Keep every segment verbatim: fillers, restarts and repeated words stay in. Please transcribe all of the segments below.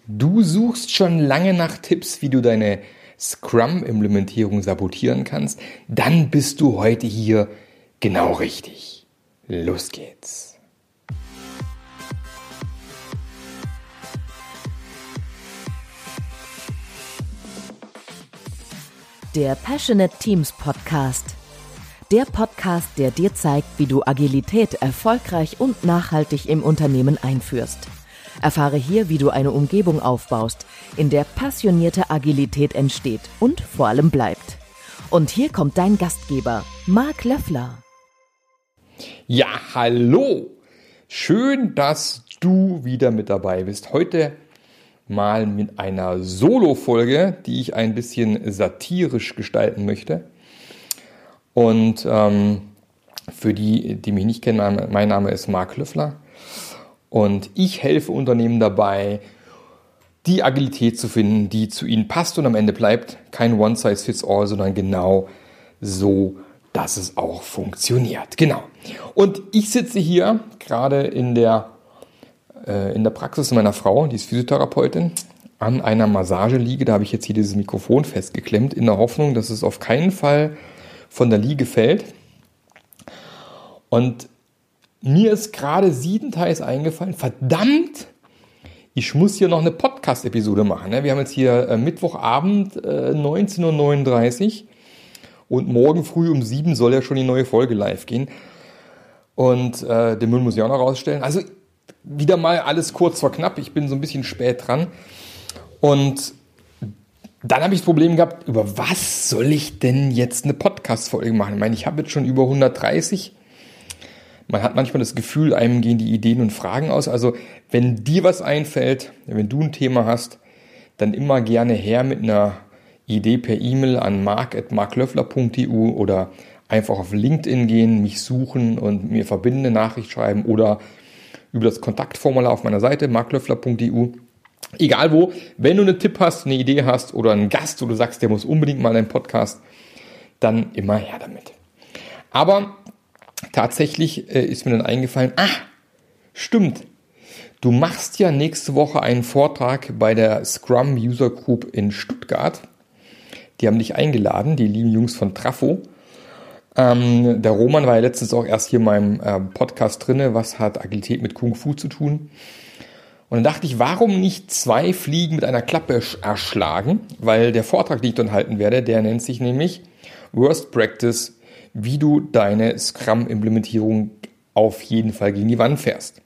Du suchst schon lange nach Tipps, wie du deine Scrum-Implementierung sabotieren kannst? Dann bist du heute hier genau richtig. Los geht's. Der Passionate Teams Podcast. Der Podcast, der dir zeigt, wie du Agilität erfolgreich und nachhaltig im Unternehmen einführst. Erfahre hier, wie du eine Umgebung aufbaust, in der passionierte Agilität entsteht und vor allem bleibt. Und hier kommt dein Gastgeber, Marc Löffler. Ja, hallo! Schön, dass du wieder mit dabei bist. Heute mal mit einer Solo-Folge, die ich ein bisschen satirisch gestalten möchte. Und ähm, für die, die mich nicht kennen, mein Name ist Marc Löffler. Und ich helfe Unternehmen dabei, die Agilität zu finden, die zu ihnen passt und am Ende bleibt. Kein One-Size-Fits-All, sondern genau so, dass es auch funktioniert. Genau. Und ich sitze hier gerade in der, äh, in der Praxis meiner Frau, die ist Physiotherapeutin, an einer Massageliege. Da habe ich jetzt hier dieses Mikrofon festgeklemmt, in der Hoffnung, dass es auf keinen Fall von der Liege fällt. Und mir ist gerade siebenteils eingefallen, verdammt, ich muss hier noch eine Podcast-Episode machen. Wir haben jetzt hier Mittwochabend neunzehn Uhr neununddreißig und morgen früh um sieben soll ja schon die neue Folge live gehen. Und äh, den Müll muss ich auch noch rausstellen. Also wieder mal alles kurz vor knapp, ich bin so ein bisschen spät dran. Und dann habe ich das Problem gehabt, über was soll ich denn jetzt eine Podcast-Folge machen? Ich meine, ich habe jetzt schon über hundertdreißig. Man hat manchmal das Gefühl, einem gehen die Ideen und Fragen aus. Also wenn dir was einfällt, wenn du ein Thema hast, dann immer gerne her mit einer Idee per E-Mail an marc at marklöffler punkt e u oder einfach auf LinkedIn gehen, mich suchen und mir verbindende Nachricht schreiben oder über das Kontaktformular auf meiner Seite marklöffler punkt e u. Egal wo, wenn du einen Tipp hast, eine Idee hast oder einen Gast, wo du sagst, der muss unbedingt mal einen Podcast, dann immer her damit. Aber tatsächlich äh, ist mir dann eingefallen, ah, stimmt, du machst ja nächste Woche einen Vortrag bei der Scrum User Group in Stuttgart. Die haben dich eingeladen, die lieben Jungs von Trafo. Ähm, der Roman war ja letztens auch erst hier in meinem äh, Podcast drinne, was hat Agilität mit Kung Fu zu tun. Und dann dachte ich, warum nicht zwei Fliegen mit einer Klappe erschlagen? Weil der Vortrag, den ich dann halten werde, der nennt sich nämlich Worst Practice, wie du deine Scrum-Implementierung auf jeden Fall gegen die Wand fährst.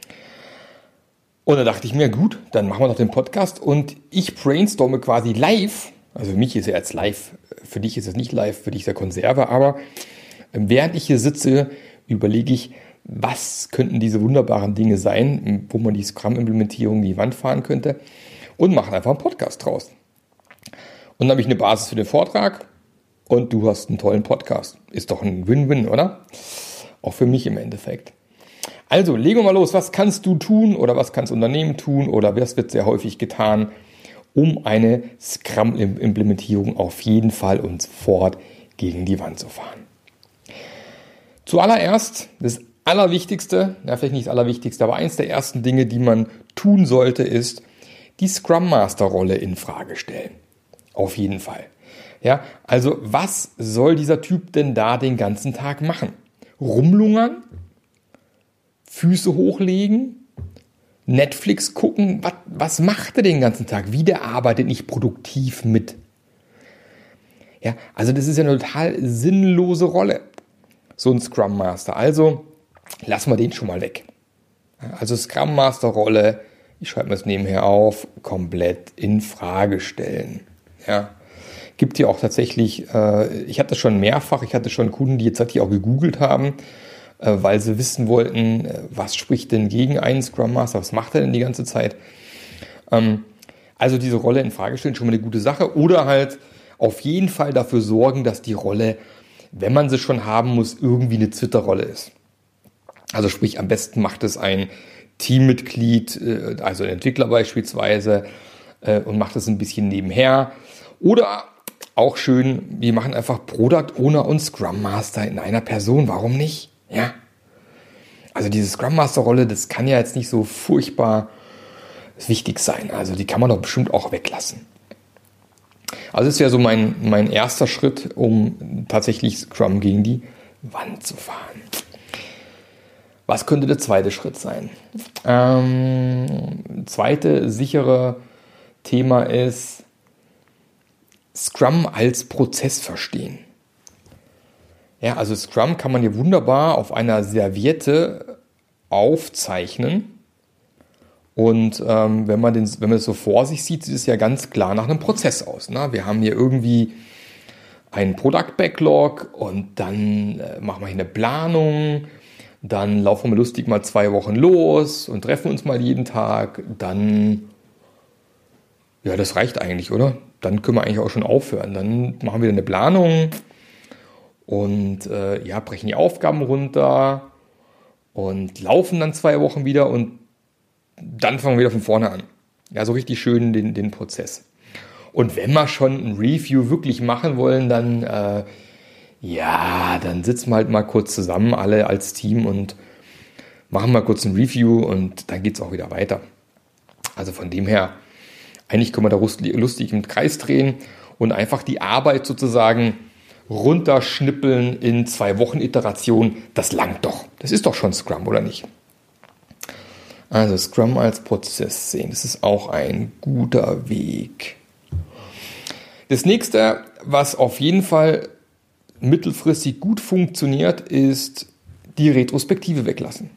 Und da dachte ich mir, gut, dann machen wir doch den Podcast und ich brainstorme quasi live. Also für mich ist er jetzt live, für dich ist es nicht live, für dich ist er Konserve, aber während ich hier sitze, überlege ich, was könnten diese wunderbaren Dinge sein, wo man die Scrum-Implementierung in die Wand fahren könnte und mache einfach einen Podcast draus. Und dann habe ich eine Basis für den Vortrag und du hast einen tollen Podcast. Ist doch ein Win-Win, oder? Auch für mich im Endeffekt. Also, legen wir mal los. Was kannst du tun oder was kannst Unternehmen tun oder was wird sehr häufig getan, um eine Scrum-Implementierung auf jeden Fall und sofort gegen die Wand zu fahren? Zuallererst, das Allerwichtigste, ja, vielleicht nicht das Allerwichtigste, aber eins der ersten Dinge, die man tun sollte, ist die Scrum Master Rolle in Frage stellen. Auf jeden Fall. Ja, also was soll dieser Typ denn da den ganzen Tag machen? Rumlungern? Füße hochlegen? Netflix gucken? Was, was macht er den ganzen Tag? Wie der arbeitet nicht produktiv mit? Ja, also das ist ja eine total sinnlose Rolle, so ein Scrum Master. Also lassen wir den schon mal weg. Also Scrum Master Rolle, ich schreibe mir das nebenher auf, komplett in Frage stellen. Ja. Gibt ja auch tatsächlich, äh, ich hatte schon mehrfach, ich hatte schon Kunden, die jetzt tatsächlich auch gegoogelt haben, äh, weil sie wissen wollten, äh, was spricht denn gegen einen Scrum Master, was macht er denn die ganze Zeit? Ähm, also diese Rolle in Frage stellen, schon mal eine gute Sache. Oder halt auf jeden Fall dafür sorgen, dass die Rolle, wenn man sie schon haben muss, irgendwie eine Twitter-Rolle ist. Also sprich, am besten macht es ein Teammitglied, äh, also ein Entwickler beispielsweise, äh, und macht es ein bisschen nebenher. Oder auch schön, wir machen einfach Product Owner und Scrum Master in einer Person. Warum nicht? Ja. Also diese Scrum Master Rolle, das kann ja jetzt nicht so furchtbar wichtig sein. Also die kann man doch bestimmt auch weglassen. Also das ist ja so mein, mein erster Schritt, um tatsächlich Scrum gegen die Wand zu fahren. Was könnte der zweite Schritt sein? Ähm, zweite sichere Thema ist Scrum als Prozess verstehen. Ja, also Scrum kann man hier wunderbar auf einer Serviette aufzeichnen. Und ähm, wenn man den, wenn man das so vor sich sieht, sieht es ja ganz klar nach einem Prozess aus. Ne? Wir haben hier irgendwie einen Product Backlog und dann äh, machen wir hier eine Planung, dann laufen wir lustig mal zwei Wochen los und treffen uns mal jeden Tag. Dann, ja, das reicht eigentlich, oder? Dann können wir eigentlich auch schon aufhören. Dann machen wir eine Planung und äh, ja, brechen die Aufgaben runter und laufen dann zwei Wochen wieder und dann fangen wir wieder von vorne an. Ja, so richtig schön den, den Prozess. Und wenn wir schon ein Review wirklich machen wollen, dann, äh, ja, dann sitzen wir halt mal kurz zusammen, alle als Team und machen mal kurz ein Review und dann geht es auch wieder weiter. Also von dem her, eigentlich können wir da lustig, lustig im Kreis drehen und einfach die Arbeit sozusagen runterschnippeln in zwei Wochen Iteration. Das langt doch. Das ist doch schon Scrum, oder nicht? Also Scrum als Prozess sehen, das ist auch ein guter Weg. Das nächste, was auf jeden Fall mittelfristig gut funktioniert, ist die Retrospektive weglassen.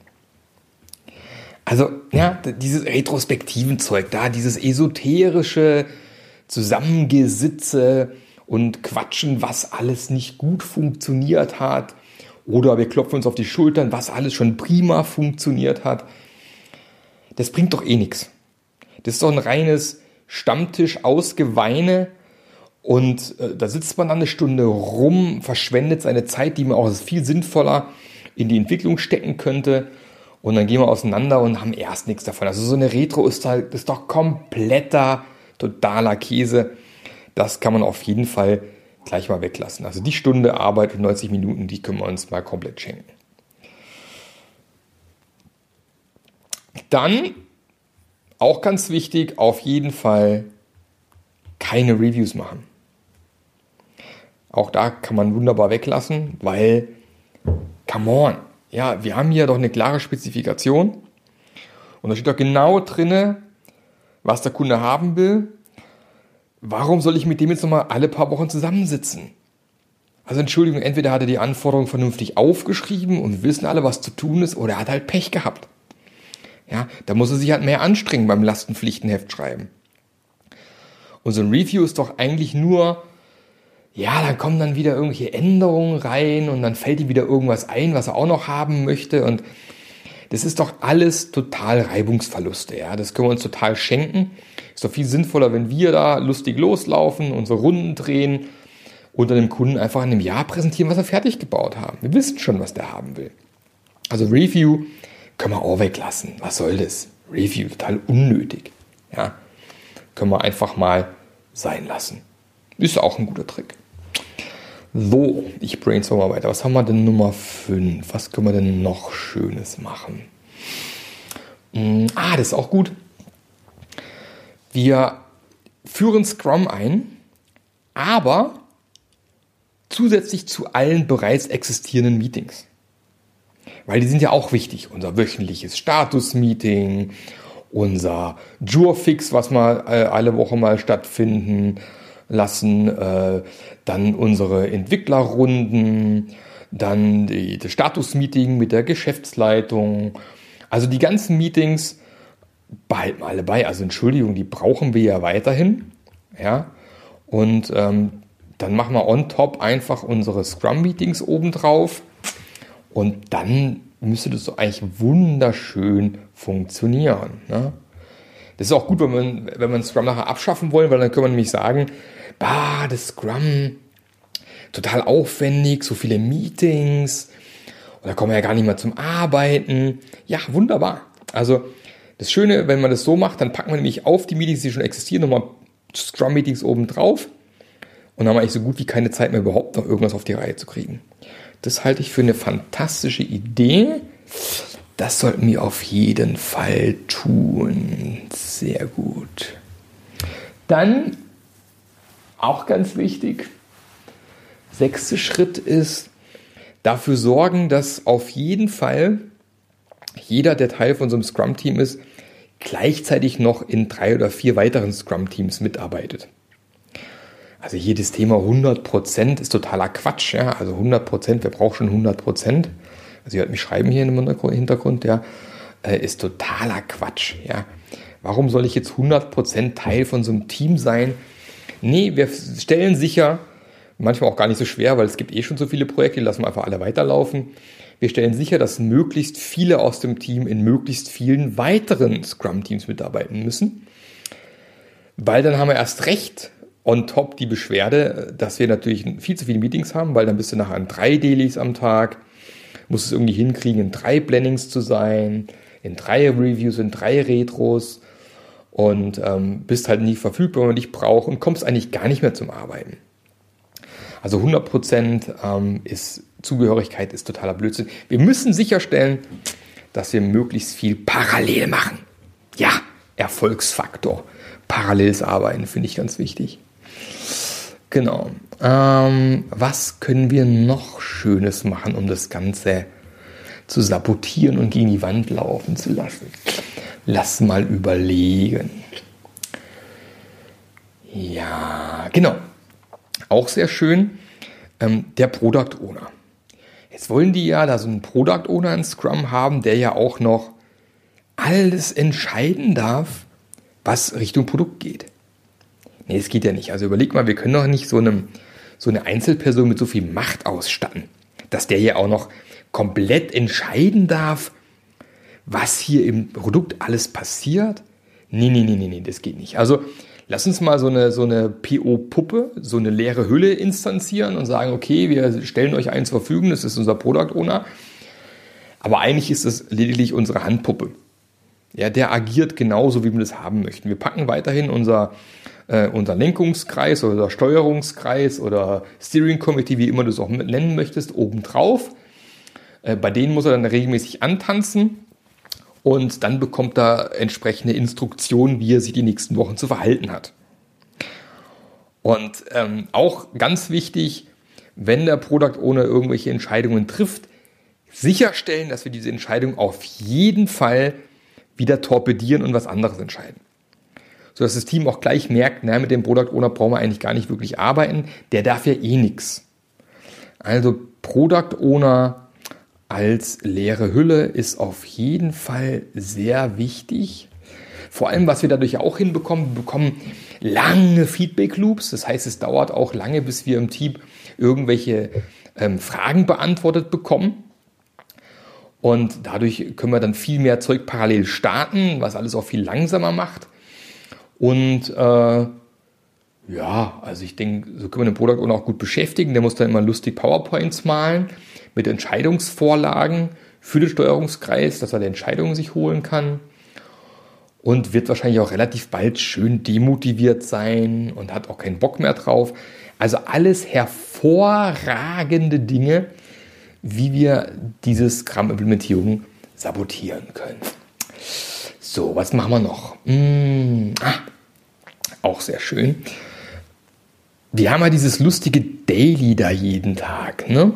Also ja, dieses retrospektiven Zeug da, dieses esoterische Zusammengesitze und Quatschen, was alles nicht gut funktioniert hat. Oder wir klopfen uns auf die Schultern, was alles schon prima funktioniert hat. Das bringt doch eh nichts. Das ist doch ein reines Stammtisch-Ausgeweine und äh, da sitzt man dann eine Stunde rum, verschwendet seine Zeit, die man auch viel sinnvoller in die Entwicklung stecken könnte und dann gehen wir auseinander und haben erst nichts davon. Also so eine Retro ist, halt, ist doch kompletter, totaler Käse. Das kann man auf jeden Fall gleich mal weglassen. Also die Stunde Arbeit und neunzig Minuten, die können wir uns mal komplett schenken. Dann, auch ganz wichtig, auf jeden Fall keine Reviews machen. Auch da kann man wunderbar weglassen, weil, come on, ja, wir haben hier doch eine klare Spezifikation und da steht doch genau drin, was der Kunde haben will. Warum soll ich mit dem jetzt nochmal alle paar Wochen zusammensitzen? Also Entschuldigung, entweder hat er die Anforderungen vernünftig aufgeschrieben und wir wissen alle, was zu tun ist, oder er hat halt Pech gehabt. Ja, da muss er sich halt mehr anstrengen beim Lastenpflichtenheft schreiben. Und so ein Review ist doch eigentlich nur, ja, dann kommen dann wieder irgendwelche Änderungen rein und dann fällt ihm wieder irgendwas ein, was er auch noch haben möchte. Und das ist doch alles total Reibungsverluste. Ja, das können wir uns total schenken. Ist doch viel sinnvoller, wenn wir da lustig loslaufen, unsere Runden drehen und dann dem Kunden einfach in einem Jahr präsentieren, was wir fertig gebaut haben. Wir wissen schon, was der haben will. Also Review können wir auch weglassen. Was soll das? Review, total unnötig. Ja, können wir einfach mal sein lassen. Ist auch ein guter Trick. So, ich brainstorm mal weiter. Was haben wir denn Nummer fünf? Was können wir denn noch Schönes machen? Ah, das ist auch gut. Wir führen Scrum ein, aber zusätzlich zu allen bereits existierenden Meetings. Weil die sind ja auch wichtig. Unser wöchentliches Status-Meeting, unser Jurfix, was wir äh, alle Woche mal stattfinden lassen, äh, dann unsere Entwicklerrunden, dann die, das Status-Meeting mit der Geschäftsleitung. Also die ganzen Meetings behalten wir alle bei. Also Entschuldigung, die brauchen wir ja weiterhin. Ja? Und ähm, dann machen wir on top einfach unsere Scrum-Meetings obendrauf. Und dann müsste das so eigentlich wunderschön funktionieren. Ne? Das ist auch gut, wenn man, wenn man Scrum nachher abschaffen wollen, weil dann können wir nämlich sagen, bah, das Scrum, total aufwendig, so viele Meetings, und da kommen wir ja gar nicht mehr zum Arbeiten. Ja, wunderbar. Also das Schöne, wenn man das so macht, dann packen wir nämlich auf die Meetings, die schon existieren, nochmal Scrum-Meetings oben drauf und dann haben wir eigentlich so gut wie keine Zeit mehr, überhaupt noch irgendwas auf die Reihe zu kriegen. Das halte ich für eine fantastische Idee. Das sollten wir auf jeden Fall tun. Sehr gut. Dann, auch ganz wichtig, sechster Schritt ist, dafür sorgen, dass auf jeden Fall jeder, der Teil von so einem Scrum-Team ist, gleichzeitig noch in drei oder vier weiteren Scrum-Teams mitarbeitet. Also hier das Thema hundert Prozent ist totaler Quatsch. Ja? Also hundert Prozent, wer braucht schon hundert Prozent? Also ihr hört mich schreiben hier im Hintergrund, ja, ist totaler Quatsch. Ja? Warum soll ich jetzt hundert Prozent Teil von so einem Team sein? Nee, wir stellen sicher, manchmal auch gar nicht so schwer, weil es gibt eh schon so viele Projekte, die lassen wir einfach alle weiterlaufen. Wir stellen sicher, dass möglichst viele aus dem Team in möglichst vielen weiteren Scrum-Teams mitarbeiten müssen, weil dann haben wir erst recht on top die Beschwerde, dass wir natürlich viel zu viele Meetings haben, weil dann bist du nachher an drei Dailies am Tag, musst es irgendwie hinkriegen, in drei Plannings zu sein, in drei Reviews, in drei Retros und ähm, bist halt nie verfügbar, wenn man dich braucht und kommst eigentlich gar nicht mehr zum Arbeiten. Also hundert Prozent ähm, ist Zugehörigkeit ist totaler Blödsinn. Wir müssen sicherstellen, dass wir möglichst viel parallel machen. Ja, Erfolgsfaktor. Paralleles Arbeiten finde ich ganz wichtig. Genau. Ähm, was können wir noch Schönes machen, um das Ganze zu sabotieren und gegen die Wand laufen zu lassen? Lass mal überlegen. Ja, genau. Auch sehr schön, ähm, der Product Owner. Jetzt wollen die ja da so einen Product Owner in Scrum haben, der ja auch noch alles entscheiden darf, was Richtung Produkt geht. Nee, das geht ja nicht. Also überleg mal, wir können doch nicht so, einem, so eine Einzelperson mit so viel Macht ausstatten, dass der hier auch noch komplett entscheiden darf, was hier im Produkt alles passiert. Nee, nee, nee, nee, nee, das geht nicht. Also lass uns mal so eine, so eine P O-Puppe, so eine leere Hülle instanzieren und sagen, okay, wir stellen euch einen zur Verfügung, das ist unser Product Owner. Aber eigentlich ist es lediglich unsere Handpuppe. Ja, der agiert genauso, wie wir das haben möchten. Wir packen weiterhin unser, äh, unser Lenkungskreis oder Steuerungskreis oder Steering Committee, wie immer du es auch nennen möchtest, obendrauf. Äh, bei denen muss er dann regelmäßig antanzen. Und dann bekommt er entsprechende Instruktionen, wie er sich die nächsten Wochen zu verhalten hat. Und ähm, auch ganz wichtig, wenn der Product Owner irgendwelche Entscheidungen trifft, sicherstellen, dass wir diese Entscheidung auf jeden Fall wieder torpedieren und was anderes entscheiden. Sodass das Team auch gleich merkt, na, mit dem Product Owner brauchen wir eigentlich gar nicht wirklich arbeiten, der darf ja eh nichts. Also Product Owner als leere Hülle ist auf jeden Fall sehr wichtig. Vor allem, was wir dadurch auch hinbekommen, wir bekommen lange Feedback-Loops. Das heißt, es dauert auch lange, bis wir im Team irgendwelche ähm, Fragen beantwortet bekommen. Und dadurch können wir dann viel mehr Zeug parallel starten, was alles auch viel langsamer macht. Und äh, ja, also ich denke, so können wir den Product Owner auch gut beschäftigen. Der muss dann immer lustig PowerPoints malen mit Entscheidungsvorlagen für den Steuerungskreis, dass er die Entscheidungen sich holen kann. Und wird wahrscheinlich auch relativ bald schön demotiviert sein und hat auch keinen Bock mehr drauf. Also alles hervorragende Dinge, wie wir diese Scrum-Implementierung sabotieren können. So, was machen wir noch? Hm, ah, auch sehr schön. Wir haben ja dieses lustige Daily da jeden Tag, ne?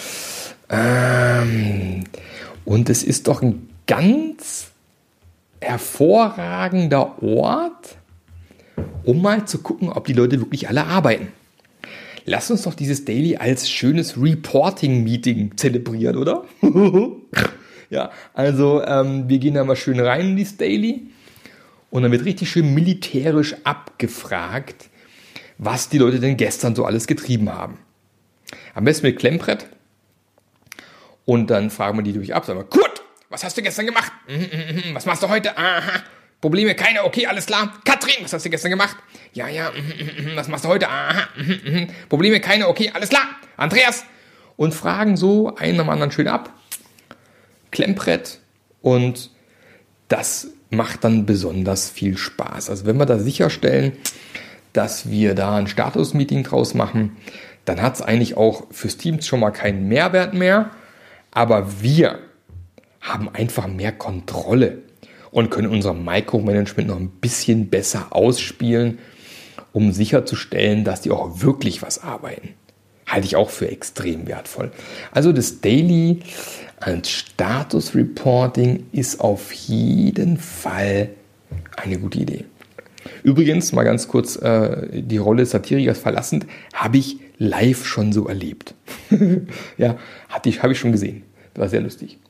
Ähm, und es ist doch ein ganz hervorragender Ort, um mal zu gucken, ob die Leute wirklich alle arbeiten. Lass uns doch dieses Daily als schönes Reporting-Meeting zelebrieren, oder? Ja, also ähm, wir gehen da mal schön rein in dieses Daily und dann wird richtig schön militärisch abgefragt, was die Leute denn gestern so alles getrieben haben. Am besten mit Klemmbrett. Und dann fragen wir die durch ab. Sagen wir, Kurt, was hast du gestern gemacht? Was machst du heute? Aha. Probleme? Keine? Okay, alles klar. Katrin, was hast du gestern gemacht? Ja, ja. Was machst du heute? Aha. Probleme? Keine? Okay, alles klar. Andreas. Und fragen so einen am anderen schön ab. Klemmbrett. Und das macht dann besonders viel Spaß. Also wenn wir da sicherstellen, dass wir da ein Status-Meeting draus machen, dann hat es eigentlich auch fürs Team schon mal keinen Mehrwert mehr. Aber wir haben einfach mehr Kontrolle und können unser Micromanagement noch ein bisschen besser ausspielen, um sicherzustellen, dass die auch wirklich was arbeiten. Halte ich auch für extrem wertvoll. Also das Daily als Status Reporting ist auf jeden Fall eine gute Idee. Übrigens, mal ganz kurz, äh, die Rolle Satirikers verlassend, habe ich live schon so erlebt. Ja, hatte ich, habe ich schon gesehen. Das war sehr lustig.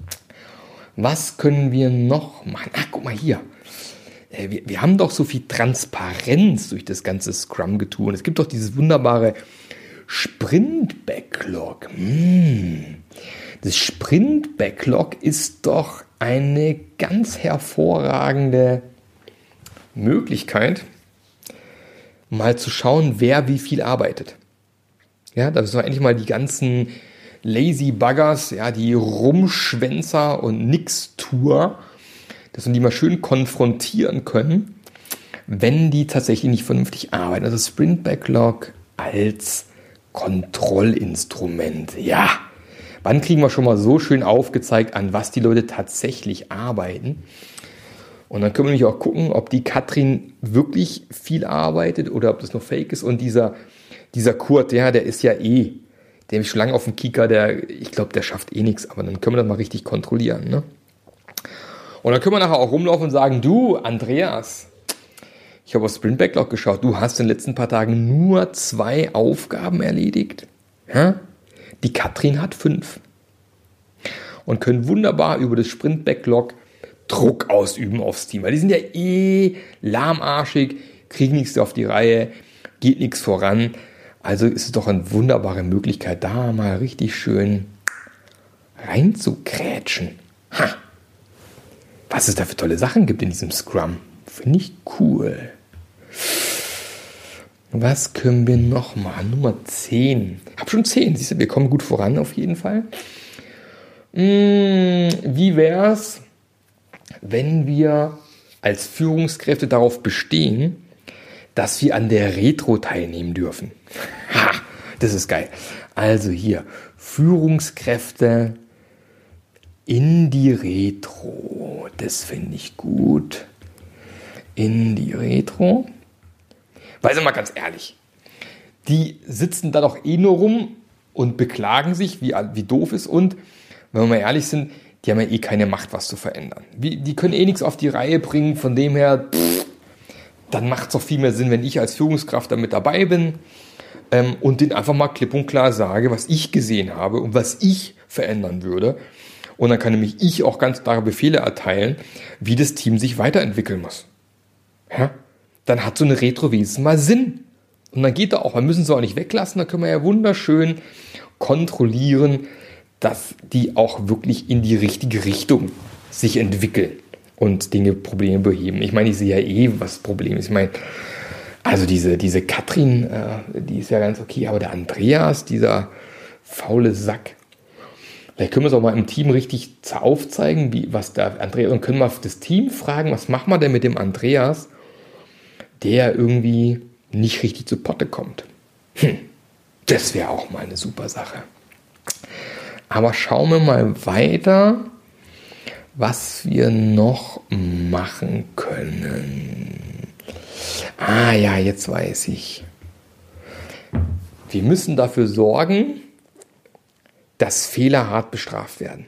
Was können wir noch machen? Ach, guck mal hier. Äh, wir, wir haben doch so viel Transparenz durch das ganze Scrum-Getue. Und es gibt doch dieses wunderbare Sprint-Backlog. Hm. Das Sprint-Backlog ist doch eine ganz hervorragende Möglichkeit, mal zu schauen, wer wie viel arbeitet. Ja, da müssen wir endlich mal die ganzen Lazy Buggers, ja, die Rumschwänzer und Nix-Tour, dass wir die mal schön konfrontieren können, wenn die tatsächlich nicht vernünftig arbeiten. Also Sprint Backlog als Kontrollinstrument. Ja, wann kriegen wir schon mal so schön aufgezeigt, an was die Leute tatsächlich arbeiten? Und dann können wir nämlich auch gucken, ob die Katrin wirklich viel arbeitet oder ob das nur Fake ist. Und dieser, dieser Kurt, ja, der ist ja eh, der ist schon lange auf dem Kieker, der, ich glaube, der schafft eh nichts. Aber dann können wir das mal richtig kontrollieren. Ne? Und dann können wir nachher auch rumlaufen und sagen, du, Andreas, ich habe auf Sprint Backlog geschaut, du hast in den letzten paar Tagen nur zwei Aufgaben erledigt. Ja? Die Katrin hat fünf. Und können wunderbar über das Sprint Backlog Druck ausüben aufs Team, weil die sind ja eh lahmarschig, kriegen nichts auf die Reihe, geht nichts voran. Also ist es doch eine wunderbare Möglichkeit, da mal richtig schön reinzukrätschen. Ha. Was es da für tolle Sachen gibt in diesem Scrum, finde ich cool. Was können wir noch machen? Nummer zehn. Ich habe schon zehn, siehst du, wir kommen gut voran auf jeden Fall. Hm, wie wär's, wenn wir als Führungskräfte darauf bestehen, dass wir an der Retro teilnehmen dürfen? Ha, das ist geil. Also hier, Führungskräfte in die Retro. Das finde ich gut. In die Retro. Weil, sag mal ganz ehrlich, die sitzen da doch eh nur rum und beklagen sich, wie, wie doof ist. Und, wenn wir mal ehrlich sind, die haben ja eh keine Macht, was zu verändern. Wie, die können eh nichts auf die Reihe bringen, von dem her, pff, dann macht es doch viel mehr Sinn, wenn ich als Führungskraft da mit dabei bin ähm, und denen einfach mal klipp und klar sage, was ich gesehen habe und was ich verändern würde. Und dann kann nämlich ich auch ganz klare Befehle erteilen, wie das Team sich weiterentwickeln muss. Ja? Dann hat so eine Retro wenigstens mal Sinn. Und dann geht da auch, wir müssen sie auch nicht weglassen, da können wir ja wunderschön kontrollieren, dass die auch wirklich in die richtige Richtung sich entwickeln und Dinge, Probleme beheben. Ich meine, ich sehe ja eh, was das Problem ist. Ich meine, also diese, diese Katrin, äh, die ist ja ganz okay, aber der Andreas, dieser faule Sack, vielleicht können wir es auch mal im Team richtig aufzeigen, wie, was der Andreas, und können wir das Team fragen, was machen wir denn mit dem Andreas, der irgendwie nicht richtig zu Potte kommt. Hm, das wäre auch mal eine super Sache. Aber schauen wir mal weiter, was wir noch machen können. Ah ja, jetzt weiß ich. Wir müssen dafür sorgen, dass Fehler hart bestraft werden.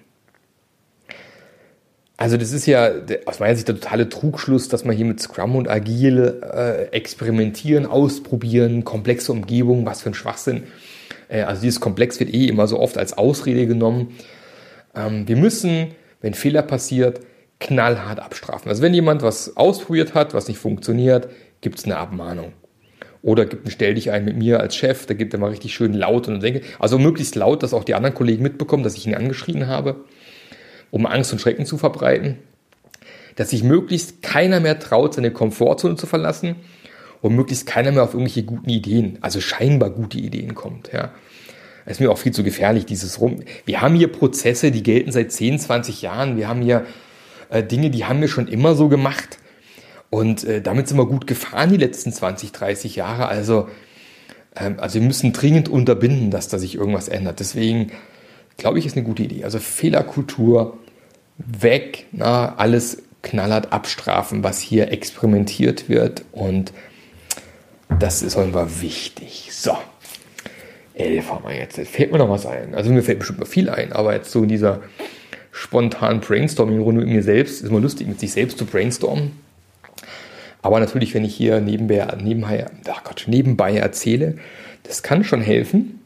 Also das ist ja aus meiner Sicht der totale Trugschluss, dass man hier mit Scrum und Agile äh, experimentieren, ausprobieren, komplexe Umgebungen, was für ein Schwachsinn. Also dieses Komplex wird eh immer so oft als Ausrede genommen. Wir müssen, wenn Fehler passiert, knallhart abstrafen. Also wenn jemand was ausprobiert hat, was nicht funktioniert, gibt es eine Abmahnung. Oder gibt einen Stell dich ein mit mir als Chef, da gibt er mal richtig schön laut und denke, also möglichst laut, dass auch die anderen Kollegen mitbekommen, dass ich ihn angeschrien habe, um Angst und Schrecken zu verbreiten. Dass sich möglichst keiner mehr traut, seine Komfortzone zu verlassen. Und möglichst keiner mehr auf irgendwelche guten Ideen, also scheinbar gute Ideen kommt. Ja. Das ist mir auch viel zu gefährlich, dieses Rum. Wir haben hier Prozesse, die gelten seit zehn, zwanzig Jahren. Wir haben hier äh, Dinge, die haben wir schon immer so gemacht. Und äh, damit sind wir gut gefahren die letzten zwanzig, dreißig Jahre. Also, ähm, also wir müssen dringend unterbinden, dass da sich irgendwas ändert. Deswegen glaube ich, ist eine gute Idee. Also Fehlerkultur weg, na, alles knallhart abstrafen, was hier experimentiert wird, und das ist einfach wichtig. So, elf haben wir jetzt. Jetzt fällt mir noch was ein. Also mir fällt bestimmt noch viel ein, aber jetzt so in dieser spontanen Brainstorming-Runde mit mir selbst, ist immer lustig, mit sich selbst zu brainstormen. Aber natürlich, wenn ich hier nebenbei, nebenbei, ach Gott, nebenbei erzähle, das kann schon helfen.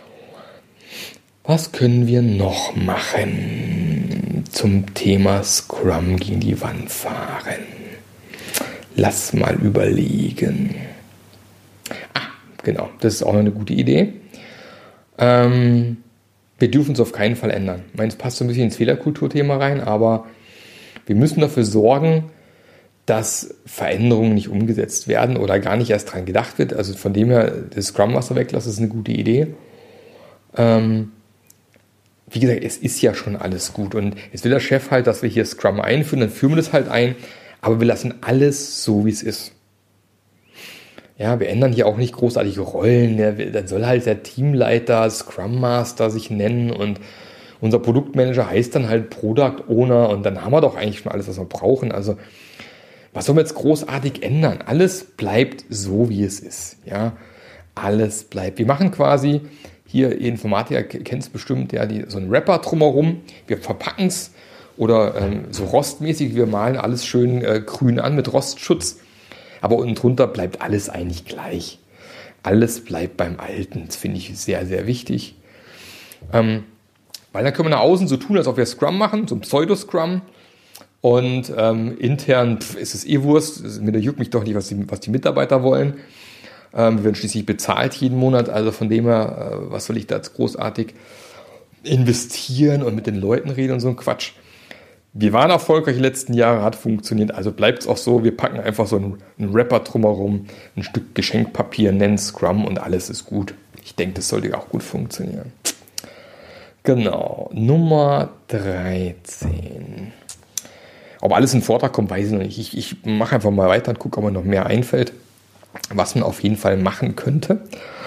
Was können wir noch machen zum Thema Scrum gegen die Wand fahren? Lass mal überlegen. Ah, genau, das ist auch noch eine gute Idee. Ähm, wir dürfen es auf keinen Fall ändern. Ich meine, es passt so ein bisschen ins Fehlerkulturthema rein, aber wir müssen dafür sorgen, dass Veränderungen nicht umgesetzt werden oder gar nicht erst dran gedacht wird. Also von dem her, das Scrum Master weglassen, ist eine gute Idee. Ähm, wie gesagt, es ist ja schon alles gut. Und jetzt will der Chef halt, dass wir hier Scrum einführen, dann führen wir das halt ein, aber wir lassen alles so, wie es ist. Ja, wir ändern hier auch nicht großartige Rollen. Dann soll halt der Teamleiter Scrum Master sich nennen und unser Produktmanager heißt dann halt Product Owner, und dann haben wir doch eigentlich schon alles, was wir brauchen. Also was sollen wir jetzt großartig ändern? Alles bleibt so, wie es ist. Ja, alles bleibt. Wir machen quasi, hier, ihr Informatiker kennt es bestimmt, ja, die, so einen Wrapper drumherum. Wir verpacken es oder ähm, so rostmäßig, wir malen alles schön äh, grün an mit Rostschutz. Aber unten drunter bleibt alles eigentlich gleich. Alles bleibt beim Alten. Das finde ich sehr, sehr wichtig. Ähm, weil dann können wir nach außen so tun, als ob wir Scrum machen, so ein Pseudo-Scrum. Und ähm, intern pf, ist es eh Wurst. Mir juckt mich doch nicht, was die, was die Mitarbeiter wollen. Ähm, wir werden schließlich bezahlt jeden Monat. Also von dem her, äh, was soll ich da jetzt großartig investieren und mit den Leuten reden und so ein Quatsch. Wir waren erfolgreich die letzten Jahre, hat funktioniert. Also bleibt es auch so. Wir packen einfach so einen, einen Wrapper drumherum, ein Stück Geschenkpapier, nennen Scrum und alles ist gut. Ich denke, das sollte auch gut funktionieren. Genau, Nummer dreizehn. Ob alles in den Vortrag kommt, weiß ich noch nicht. Ich, ich mache einfach mal weiter und gucke, ob mir noch mehr einfällt, was man auf jeden Fall machen könnte.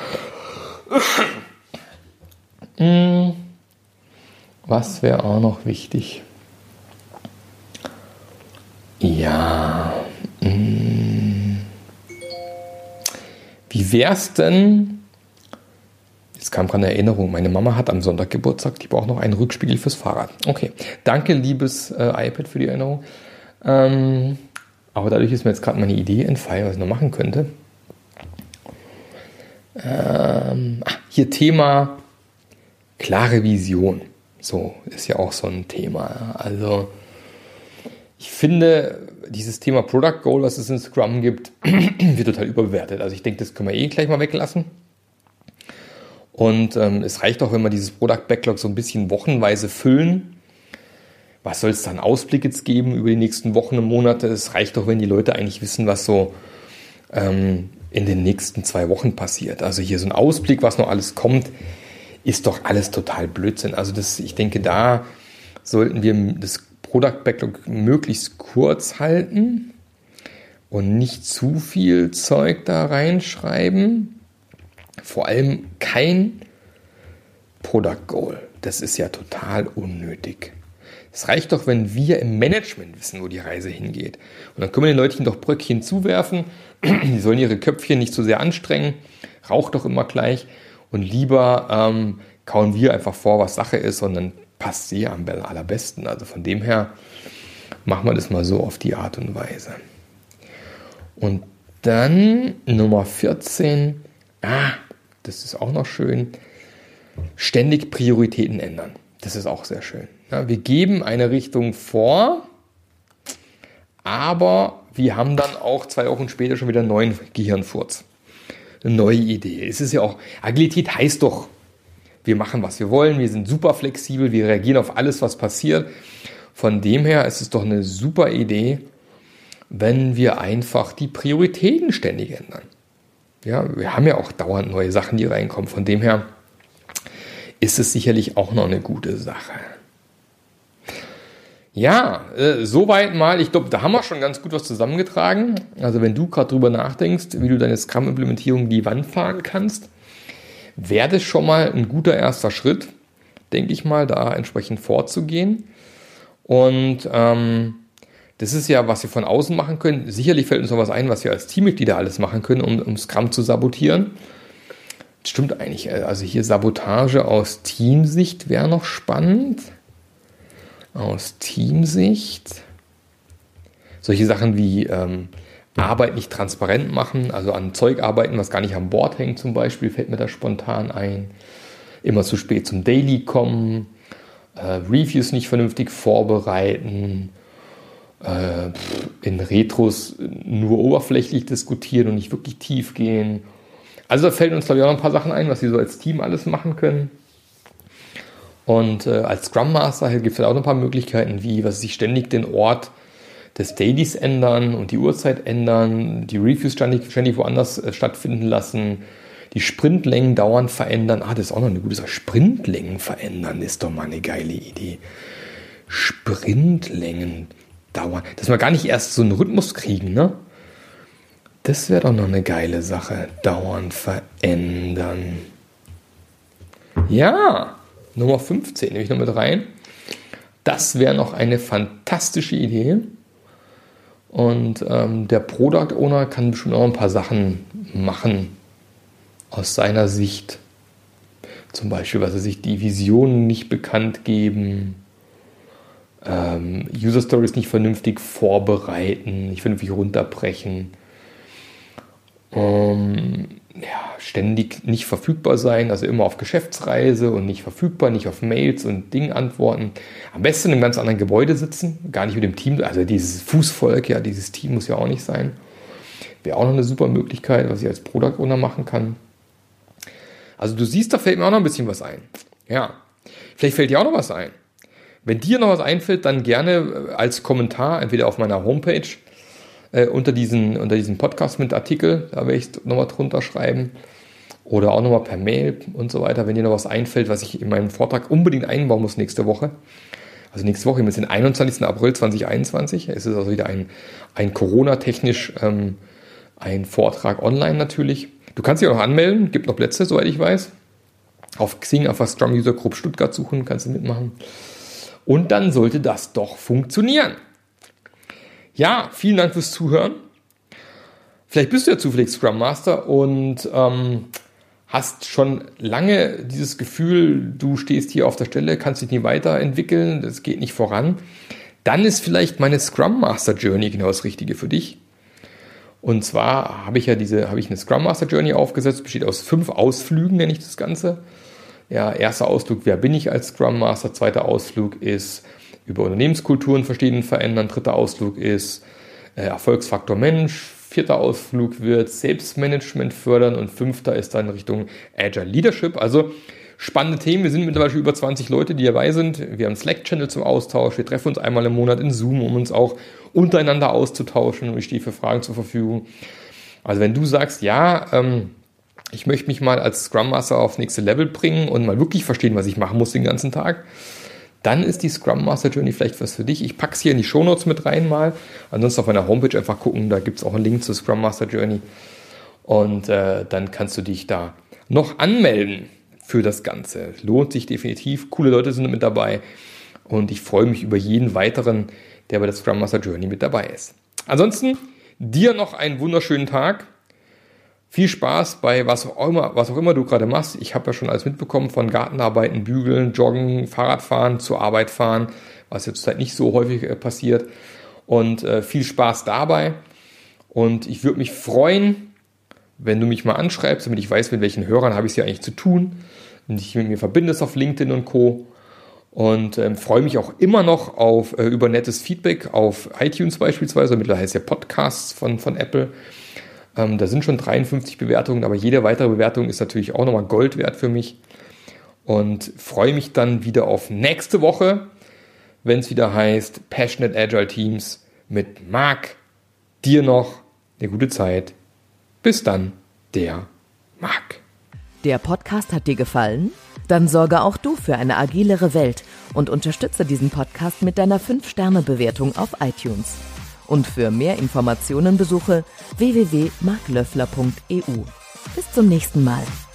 Was wäre auch noch wichtig? Ja. Wie wäre es denn? Jetzt kam gerade eine Erinnerung. Meine Mama hat am Sonntag Geburtstag. Die braucht noch einen Rückspiegel fürs Fahrrad. Okay. Danke, liebes äh, iPad, für die Erinnerung. Ähm, aber dadurch ist mir jetzt gerade meine Idee entfallen, was ich noch machen könnte. Ähm, ach, hier Thema klare Vision. So, ist ja auch so ein Thema. Also, ich finde, dieses Thema Product Goal, was es in Scrum gibt, wird total überbewertet. Also ich denke, das können wir eh gleich mal weglassen. Und ähm, es reicht auch, wenn wir dieses Product Backlog so ein bisschen wochenweise füllen. Was soll es dann Ausblick jetzt geben über die nächsten Wochen und Monate? Es reicht doch, wenn die Leute eigentlich wissen, was so ähm, in den nächsten zwei Wochen passiert. Also hier so ein Ausblick, was noch alles kommt, ist doch alles total Blödsinn. Also das, ich denke, da sollten wir das Product Backlog möglichst kurz halten und nicht zu viel Zeug da reinschreiben. Vor allem kein Product Goal. Das ist ja total unnötig. Es reicht doch, wenn wir im Management wissen, wo die Reise hingeht. Und dann können wir den Leuten doch Bröckchen zuwerfen. Die sollen ihre Köpfchen nicht so sehr anstrengen. Raucht doch immer gleich. Und lieber ähm, kauen wir einfach vor, was Sache ist, und dann passt sie am allerbesten. Also von dem her machen wir das mal so auf die Art und Weise. Und dann Nummer vierzehn. Ah, das ist auch noch schön. Ständig Prioritäten ändern. Das ist auch sehr schön. Ja, wir geben eine Richtung vor, aber wir haben dann auch zwei Wochen später schon wieder einen neuen Gehirnfurz. Eine neue Idee. Es ist ja auch, Agilität heißt doch, wir machen, was wir wollen, wir sind super flexibel, wir reagieren auf alles, was passiert. Von dem her ist es doch eine super Idee, wenn wir einfach die Prioritäten ständig ändern. Ja, wir haben ja auch dauernd neue Sachen, die reinkommen. Von dem her ist es sicherlich auch noch eine gute Sache. Ja, äh, soweit mal. Ich glaube, da haben wir schon ganz gut was zusammengetragen. Also wenn du gerade drüber nachdenkst, wie du deine Scrum-Implementierung die Wand fahren kannst, wäre das schon mal ein guter erster Schritt, denke ich mal, da entsprechend vorzugehen. Und ähm, das ist ja, was wir von außen machen können. Sicherlich fällt uns noch was ein, was wir als Teammitglieder alles machen können, um, um Scrum zu sabotieren. Das stimmt eigentlich. Also hier Sabotage aus Teamsicht wäre noch spannend. Aus Teamsicht. Solche Sachen wie ähm, Arbeit nicht transparent machen, also an Zeug arbeiten, was gar nicht am Board hängt zum Beispiel, fällt mir da spontan ein. Immer zu spät zum Daily kommen, äh, Reviews nicht vernünftig vorbereiten, äh, in Retros nur oberflächlich diskutieren und nicht wirklich tief gehen. Also da fällt uns, glaube ich, auch noch ein paar Sachen ein, was wir so als Team alles machen können. Und äh, als Scrum Master gibt es halt auch noch ein paar Möglichkeiten, wie was sich ständig den Ort des Dailies ändern und die Uhrzeit ändern, die Reviews ständig, ständig woanders äh, stattfinden lassen, die Sprintlängen dauernd verändern. Ah, das ist auch noch eine gute Sache. Sprintlängen verändern ist doch mal eine geile Idee. Sprintlängen dauern. Dass wir gar nicht erst so einen Rhythmus kriegen, ne? Das wäre doch noch eine geile Sache. Dauernd verändern. Ja, Nummer fünfzehn nehme ich noch mit rein. Das wäre noch eine fantastische Idee. Und ähm, der Product Owner kann bestimmt auch ein paar Sachen machen aus seiner Sicht. Zum Beispiel, was er sich die Visionen nicht bekannt geben, ähm, User Stories nicht vernünftig vorbereiten, nicht vernünftig runterbrechen, ähm, ja, ständig nicht verfügbar sein, also immer auf Geschäftsreise und nicht verfügbar, nicht auf Mails und Dingen antworten. Am besten in einem ganz anderen Gebäude sitzen, gar nicht mit dem Team, also dieses Fußvolk, ja, dieses Team muss ja auch nicht sein. Wäre auch noch eine super Möglichkeit, was ich als Product Owner machen kann. Also du siehst, da fällt mir auch noch ein bisschen was ein. Ja, vielleicht fällt dir auch noch was ein. Wenn dir noch was einfällt, dann gerne als Kommentar, entweder auf meiner Homepage, äh, unter diesen, unter diesem Podcast mit Artikel, da werde ich es nochmal drunter schreiben. Oder auch nochmal per Mail und so weiter, wenn dir noch was einfällt, was ich in meinem Vortrag unbedingt einbauen muss nächste Woche. Also nächste Woche, wir sind den einundzwanzigsten April zweitausendeinundzwanzig. Es ist also wieder ein, ein Corona-technisch ähm, ein Vortrag online natürlich. Du kannst dich auch noch anmelden, gibt noch Plätze, soweit ich weiß. Auf Xing einfach Scrum User Group Stuttgart suchen, kannst du mitmachen. Und dann sollte das doch funktionieren. Ja, vielen Dank fürs Zuhören. Vielleicht bist du ja zufällig Scrum Master und ähm, hast schon lange dieses Gefühl, du stehst hier auf der Stelle, kannst dich nie weiterentwickeln, das geht nicht voran. Dann ist vielleicht meine Scrum Master Journey genau das Richtige für dich. Und zwar habe ich ja diese, habe ich eine Scrum Master Journey aufgesetzt, besteht aus fünf Ausflügen, nenne ich das Ganze. Ja, erster Ausflug, wer bin ich als Scrum Master? Zweiter Ausflug ist über Unternehmenskulturen verstehen und verändern. Dritter Ausflug ist äh, Erfolgsfaktor Mensch. Vierter Ausflug wird Selbstmanagement fördern und fünfter ist dann Richtung Agile Leadership. Also spannende Themen. Wir sind mittlerweile über zwanzig Leute, die dabei sind. Wir haben einen Slack-Channel zum Austausch. Wir treffen uns einmal im Monat in Zoom, um uns auch untereinander auszutauschen. Und ich stehe für Fragen zur Verfügung. Also wenn du sagst, ja, ähm, ich möchte mich mal als Scrum Master aufs nächste Level bringen und mal wirklich verstehen, was ich machen muss den ganzen Tag, dann ist die Scrum Master Journey vielleicht was für dich. Ich packe es hier in die Shownotes mit rein mal. Ansonsten auf meiner Homepage einfach gucken, da gibt es auch einen Link zur Scrum Master Journey. Und äh, dann kannst du dich da noch anmelden für das Ganze. Lohnt sich definitiv. Coole Leute sind mit dabei. Und ich freue mich über jeden weiteren, der bei der Scrum Master Journey mit dabei ist. Ansonsten dir noch einen wunderschönen Tag. Viel Spaß bei was auch immer, was auch immer du gerade machst. Ich habe ja schon alles mitbekommen von Gartenarbeiten, Bügeln, Joggen, Fahrradfahren, zur Arbeit fahren, was jetzt halt nicht so häufig äh, passiert. Und äh, viel Spaß dabei. Und ich würde mich freuen, wenn du mich mal anschreibst, damit ich weiß, mit welchen Hörern habe ich es hier eigentlich zu tun. Und dich mit mir verbindest auf LinkedIn und Co. Und ähm, freue mich auch immer noch auf äh, über nettes Feedback auf iTunes beispielsweise. Mittlerweile heißt ja Podcasts von, von Apple. Ähm, da sind schon dreiundfünfzig Bewertungen, aber jede weitere Bewertung ist natürlich auch nochmal Gold wert für mich. Und freue mich dann wieder auf nächste Woche, wenn es wieder heißt Passionate Agile Teams mit Marc. Dir noch eine gute Zeit. Bis dann, der Marc. Der Podcast hat dir gefallen? Dann sorge auch du für eine agilere Welt und unterstütze diesen Podcast mit deiner fünf Sterne Bewertung auf iTunes. Und für mehr Informationen besuche w w w punkt marc löffler punkt e u. Bis zum nächsten Mal.